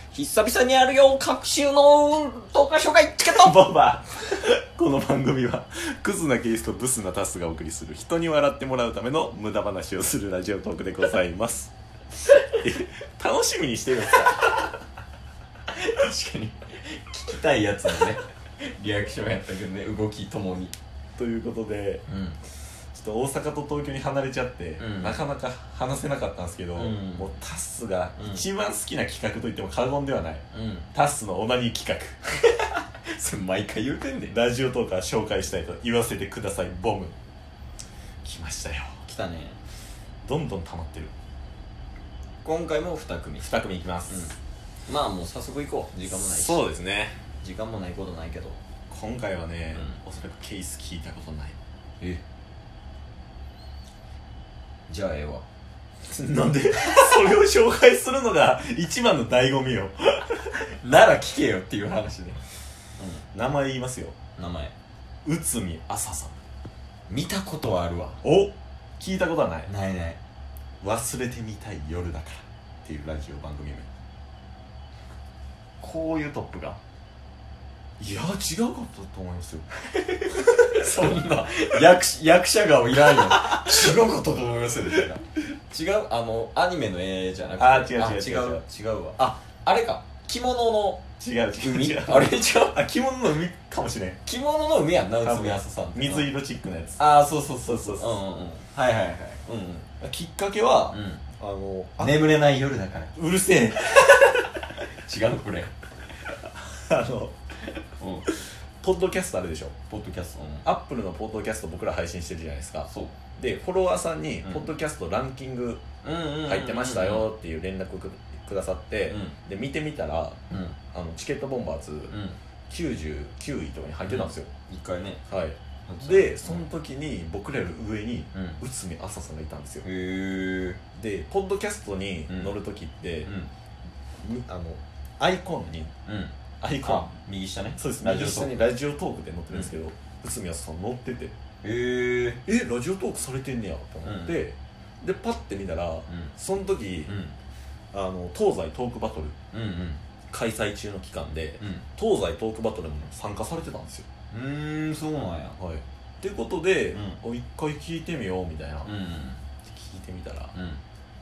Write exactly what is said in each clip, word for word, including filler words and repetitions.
久々にあるよ各週の動画紹介チケットボンバーこの番組はクズなケースとブスなタスがお送りする人に笑ってもらうための無駄話をするラジオトークでございます楽しみにしてるんですか確かに聞きたいやつのねリアクションやったけどね、動きともに。 ということで、 うん、 ちょっと大阪と東京に離れちゃって、うん、なかなか話せなかったんですけど、うん、もうタッスが一番好きな企画と言っても過言ではない、うん、タッスのオナニー企画それ毎回言うてんねん。 ラジオトーカー紹介したいと言わせてください。ボム来ましたよ。 来たね。 どんどん溜まってる。 今回もに組に組いきます、 うん、まあもう早速行こう。時間もないし。 そうですね、 時間もないことないけど今回はね、うん、おそらくケース聞いたことない。 えじゃあええわなんでそれを紹介するのが一番の醍醐味よなら聞けよっていう話で、 うん、名前言いますよ。 名前内海朝さん。 見たことはあるわ。 お聞いたことはない。 ないない。 忘れてみたい夜だからっていうラジオ番組名。 こういうトップがいや違うかったと思いますよそんな 役, 役者顔いらんよ違うことと思いますよみたいな。違う、あのアニメの絵じゃなくて。 あ違う違う違う違う違うわ。ああれか、着物の違う違う違うあれ違うあ着物の海かもしれん。 着物の海やんな、内海朝さん。 水色チックなやつ。 ああそうそうそうそうそう、うんうん、はいはいはい、 うん、きっかけは、 うん、 あのあ眠れない夜だから。 うるせえ違うこれあのうん、ポッドキャストあるでしょ。 ポッドキャスト、うん、 アップルのポッドキャスト僕ら配信してるじゃないですか。 そうでフォロワーさんに、 うん、 ポッドキャストランキング入ってましたよっていう連絡くくださって、うん、で見てみたら、うん、あのチケットボンバーズ、うん、きゅうじゅうきゅういとかに入ってたんですよ、 うん、いっかいね。 はいでその時に僕らより上に内海朝さんがいたんですよ。へー。 でポッドキャストに乗る時って、うん、あのアイコンに、うんアイコン右下ね。 そうです。右下にラジオトークで載ってるんですけど、うん、内海朝さん載ってて、 えー、 えラジオトークされてんねやと思って、うん、でパッて見たら、うん、その時、うん、あの東西トークバトル、うんうん、開催中の期間で、うん、東西トークバトルにも参加されてたんですよ。 うーんそうなんや。 はいってことで、うん、一回聞いてみようみたいな、うんうん、聞いてみたら、うん、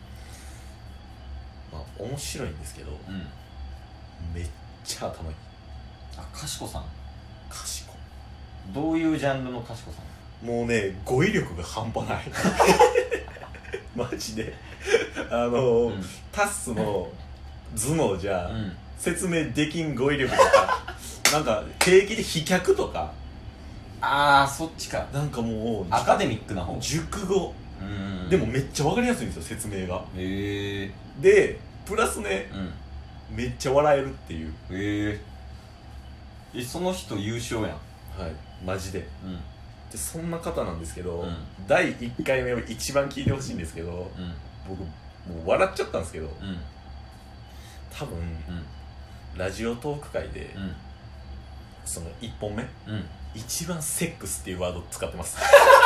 まあ面白いんですけど、うん、めっちゃ頭いい。 あ、かしこさん。 かしこどういうジャンルのかしこさん。もうね語彙力が半端ないマジであの、うん、タッスの頭脳じゃ、うん、説明できん語彙力とかなんか平気で飛脚とか。 あーそっちか。 なんかもうアカデミックな方。 熟語うんでもめっちゃ分かりやすいんですよ説明が。 へえ。 でプラスね、うん、めっちゃ笑えるっていう。 へえ。その人優勝やん。 はいマジで、うん、でそんな方なんですけど、うん、だいいっかいめを一番聞いてほしいんですけど、うん、僕もう笑っちゃったんですけど、うん、多分、うん、ラジオトーク界で、うん、そのいっぽんめ、うん、一番セックスっていうワード使ってます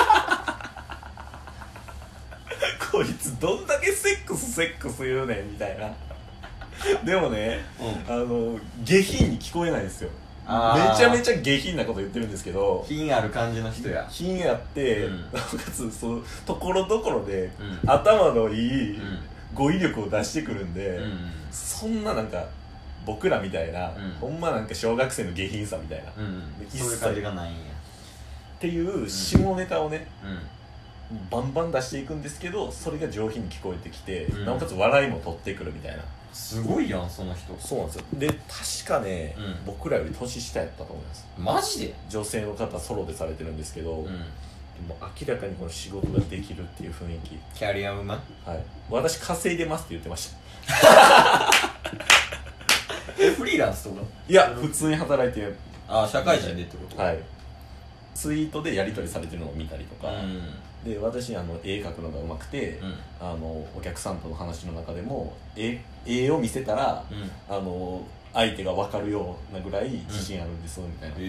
こいつどんだけセックスセックス言うねんみたいなでもね、うん、あの下品に聞こえないんですよ。めちゃめちゃ下品なこと言ってるんですけど、 品ある感じの人や。 品あって、うん、なおかつそのところどころで、うん、頭のいい、うん、語彙力を出してくるんで、うん、そんななんか僕らみたいな、うん、ほんまなんか小学生の下品さみたいな、うん、 そういう感じがないんやっていう下ネタをね、うん、バンバン出していくんですけど、それが上品に聞こえてきて、うん、なおかつ笑いも取ってくるみたいな。 すごいやんその人。 そうなんですよ。で確かね、うん、僕らより年下やったと思います。 マジで。 女性の方ソロでされてるんですけど、うん、でも明らかにこの仕事ができるっていう雰囲気。 キャリアウーマン。 はい。私稼いでますって言ってましたえフリーランスとか。 いや普通に働いてる。 あ社会人でってこと。 はい。ツイートでやり取りされてるのを見たりとか、うん、で私あの絵描くのがうまくて、うん、あのお客さんとの話の中でも絵, 絵を見せたら、うん、あの相手が分かるようなぐらい自信あるんですみたいな、うん、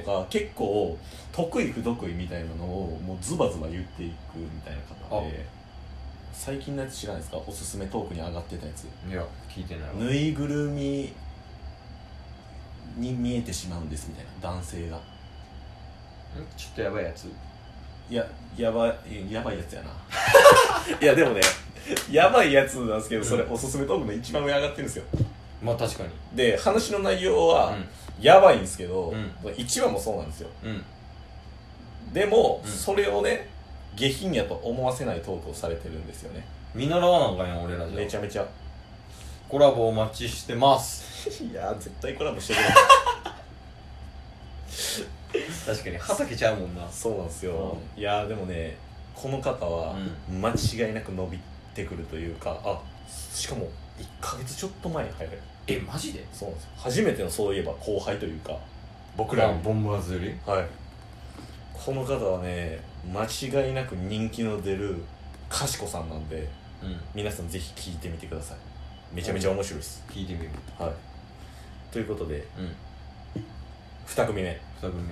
とか結構得意不得意みたいなのをもうズバズバ言っていくみたいな方で。 最近のやつ知らないですか？おすすめトークに上がってたやつ。 いや聞いてないわ。 ぬいぐるみに見えてしまうんですみたいな、男性が。 んちょっとやばいやつ。 いややばいやばいやつやな。いやでもねやばいやつなんですけど、それおすすめトークの一番上上がってるんですよ。 まあ確かに。 で話の内容は、 うんやばいんですけど、 うんいちわもそうなんですよ。 うんでも、 うん、 それをね下品やと思わせないトークをされてるんですよね。 見習わなんかやん俺らじゃ。 めちゃめちゃ。 コラボお待ちしてます。 いや絶対コラボしてくれ。 確かに畑ちゃうもんな。 そうなんですよ、いやでもねこの方は間違いなく伸びてくるというか、あしかもいっかげつちょっと前に入る。 えマジで？ そうなんですよ。初めてのそういえば後輩というか僕らボンバーズより。 はい。この方はね間違いなく人気の出るかしこさんなんで、 うん、 皆さんぜひ聞いてみてください。めちゃめちゃ面白いです、 聞いてみる。 はい。ということで、 うん、に組目。 組目。 この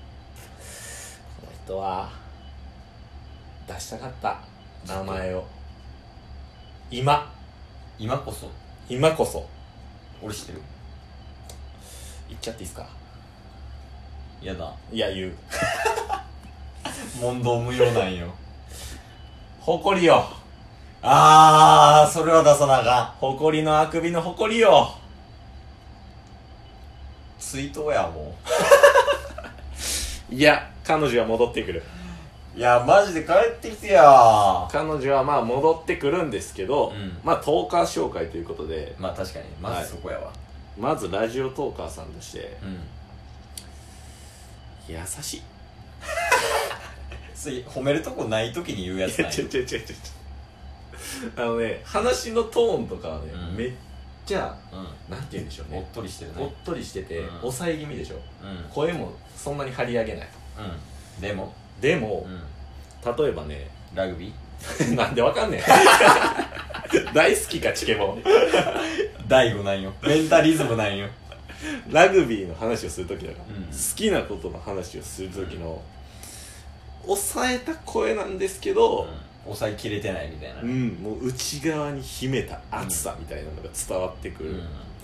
人は出したかった名前を今今こそ。 今こそ俺知ってる。 言っちゃっていいですか？ やだ。 いや言う。 問答無用なんよ。 誇りよ。 あーそれは出さなあかん。 誇りのあくびの誇りよ。 追悼やもいや彼女は戻ってくる。 う。いやマジで帰ってきてや。 彼女はまあ戻ってくるんですけど、 うん、 まあトーカー紹介ということで、 まあ確かにまずそこやわ、はい、 まずラジオトーカーさんとして、 うん、 優しい。 それ褒めるとこない時に言うやつなんよ。 ちょちょちょちょあのね話のトーンとかはね、うん、めっちゃ、うん、なんて言うんでしょうね、 おっとりしてるね。 おっとりしてて、うん、抑え気味でしょ、うん、声もそんなに張り上げない、 うん、でもでも、うん、例えばねラグビーなんでわかんねん。大好きかチケボン。 大悟なんよ。メンタリズムなんよ。 ラグビーの話をするときだから、 うん、 好きなことの話をするときの、うん、抑えた声なんですけど、うん、 抑えきれてないみたいな、 うん、もう内側に秘めた熱さみたいなのが伝わってくる、 うん、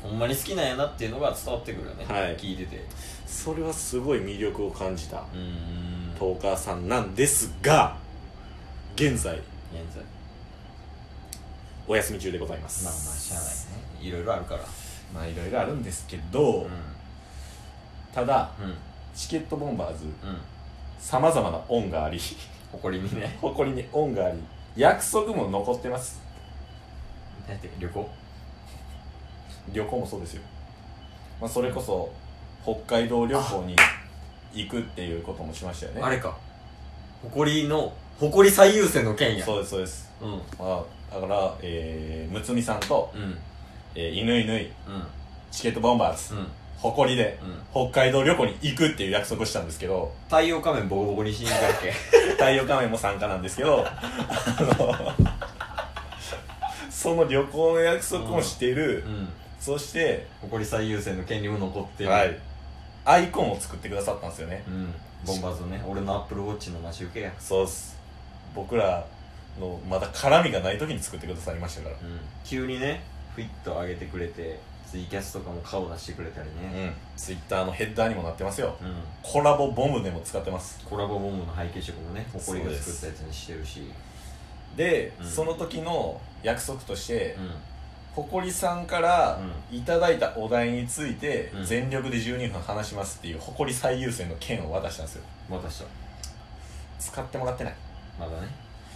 ほんまに好きなんやなっていうのが伝わってくるよね、 はい、 聞いてて。 それはすごい魅力を感じたトーカーさんなんですが、現在現在お休み中でございます。 まあまあしゃあないね、いろいろあるから。 まあいろいろあるんですけど、うん、ただ、うん、チケットボンバーズさまざまな恩があり、 誇りにね誇りに恩があり、約束も残ってます。 だって旅行旅行もそうですよ、まあ、それこそ北海道旅行に行くっていうこともしましたよね。 あれか、誇りの誇り最優先の件や。 そうですそうです、 うん、 まあ、だから、えー、むつみさんと、うんえー、犬犬、うん、チケットボンバーズ、うん、誇りで、うん、北海道旅行に行くっていう約束をしたんですけど、 太陽仮面ボコボコにしに行ったっけ。 太陽仮面も参加なんですけどあのその旅行の約束もしている、うんうん、そして誇り最優先の権利も残ってる、 はい、アイコンを作ってくださったんですよね、 うん、ボンバーズね。俺のアップルウォッチの待ち受けや。 そうっす。僕らのまだ絡みがない時に作ってくださいましたから、うん、 急にねフィット上げてくれて、ツイキャスとかも顔出してくれたりね、 うん、ツイッターのヘッダーにもなってますよ、うん、コラボボムでも使ってます。 コラボボムの背景色もね誇りが作ったやつにしてるし、 で、うん、その時の約束として、うん、誇りさんからいただいたお題について、うん、全力でじゅうにふん話しますっていう誇り最優先の件を渡したんですよ。 渡した。 使ってもらってない。 まだね。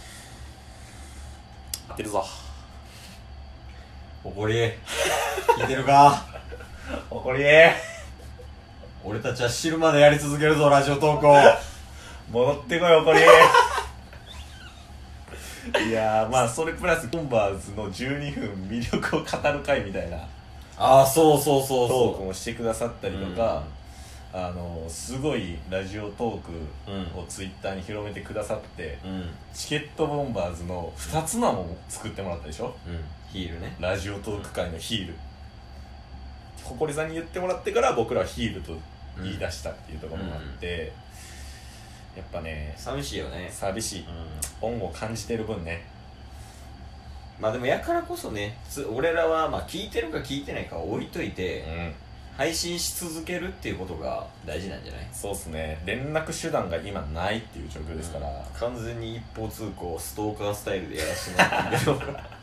合ってるぞ誇り。聞いてるか。 誇り。 俺たちは知るまでやり続けるぞラジオ投稿。 戻ってこい誇り。いやー、まあそれプラスボンバーズのじゅうにふん魅力を語る回みたいな、 ああそうそうそうそうトークもしてくださったりとか、うん、あのすごいラジオトークをツイッターに広めてくださって、うん、チケットボンバーズのふたつ名も作ってもらったでしょ、うん、 ヒールね。 ラジオトーク界のヒール、誇りさんに言ってもらってから僕らはヒールと言い出したっていうところもあって、うん、やっぱね寂しいよね。 寂しい、うん、恩を感じてる分ね、 まあでもやからこそねつ俺らはまあ聞いてるか聞いてないかは置いといて、 うん、 配信し続けるっていうことが大事なんじゃない？ そうっすね。連絡手段が今ないっていう状況ですから、うん、 完全に一方通行ストーカースタイルでやらせてもらってるけど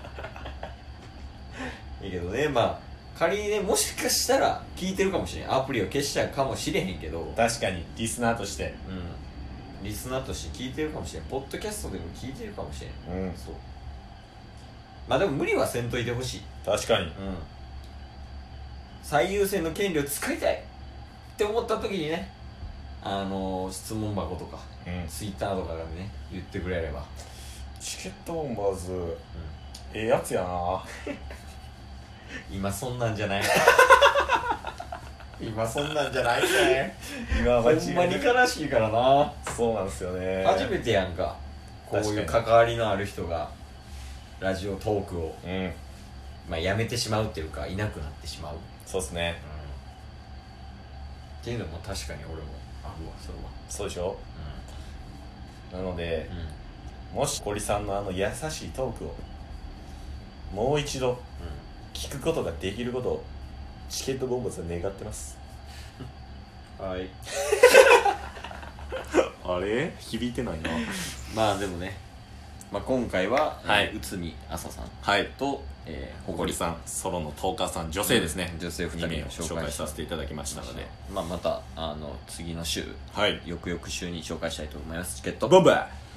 いいけどね、まあ仮にね、もしかしたら聞いてるかもしれん、アプリを消したかもしれへんけど、 確かにリスナーとして、 うん、リスナーとして聞いてるかもしれん、ポッドキャストでも聞いてるかもしれん、うん、そう。まあでも無理はせんといてほしい。 確かに、うん、 最優先の権利を使いたいって思った時にね、あのー、質問箱とか、うん、ツイッターとかでね言ってくれれば。 チケットボンバーズ、うん、ええやつやな今そんなんじゃない今そんなんじゃないね今ほんまに悲しいからな。 そうなんですよね。 初めてやんか、こういう関わりのある人がラジオトークを、うん、まあやめてしまうっていうかいなくなってしまう。 そうですね、 うん、っていうのも確かに俺もあるわ、それは。 そうでしょ、うん、なので、うん、もし堀さんのあの優しいトークをもう一度、うん、聞くことができることをチケットボンバーズは願ってますはいあれ響いてないなまあでもね、まあ、今回は、 はい、 えー、内海朝さん、 はい、 と、えー、 ほこりさん、ソロのトーカーさん、女性ですね、 うん、女性ふたりを紹介させていただきましたので、 まあ、またあの次の週、はい、翌々週に紹介したいと思います。チケットボンバー